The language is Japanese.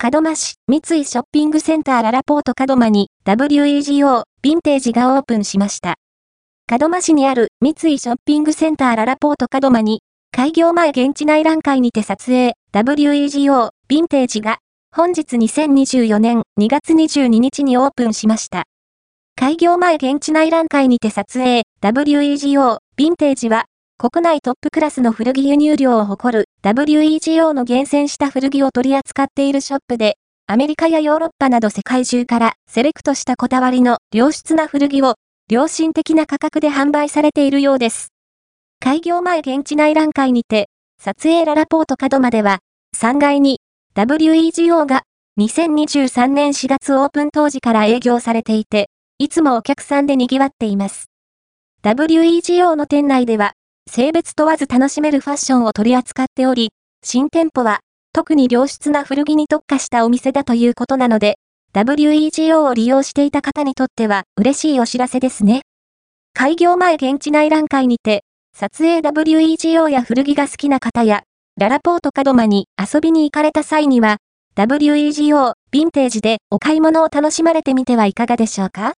門真市三井ショッピングセンターララポート門真に WEGO ヴィンテージがオープンしました。門真市にある三井ショッピングセンターララポート門真に開業前現地内覧会にて撮影 WEGO ヴィンテージが本日2024年2月22日にオープンしました。開業前現地内覧会にて撮影 WEGO ヴィンテージは国内トップクラスの古着輸入量を誇る WEGO の厳選した古着を取り扱っているショップで、アメリカやヨーロッパなど世界中からセレクトしたこだわりの良質な古着を良心的な価格で販売されているようです。開業前現地内覧会にて、撮影ララポート門真では、3階に WEGO が2023年4月オープン当時から営業されていて、いつもお客さんで賑わっています。WEGO の店内では、性別問わず楽しめるファッションを取り扱っており、新店舗は特に良質な古着に特化したお店だということなので、WEGO を利用していた方にとっては嬉しいお知らせですね。開業前現地内覧会にて、撮影 WEGO や古着が好きな方や、ララポート門真に遊びに行かれた際には、WEGO ヴィンテージでお買い物を楽しまれてみてはいかがでしょうか？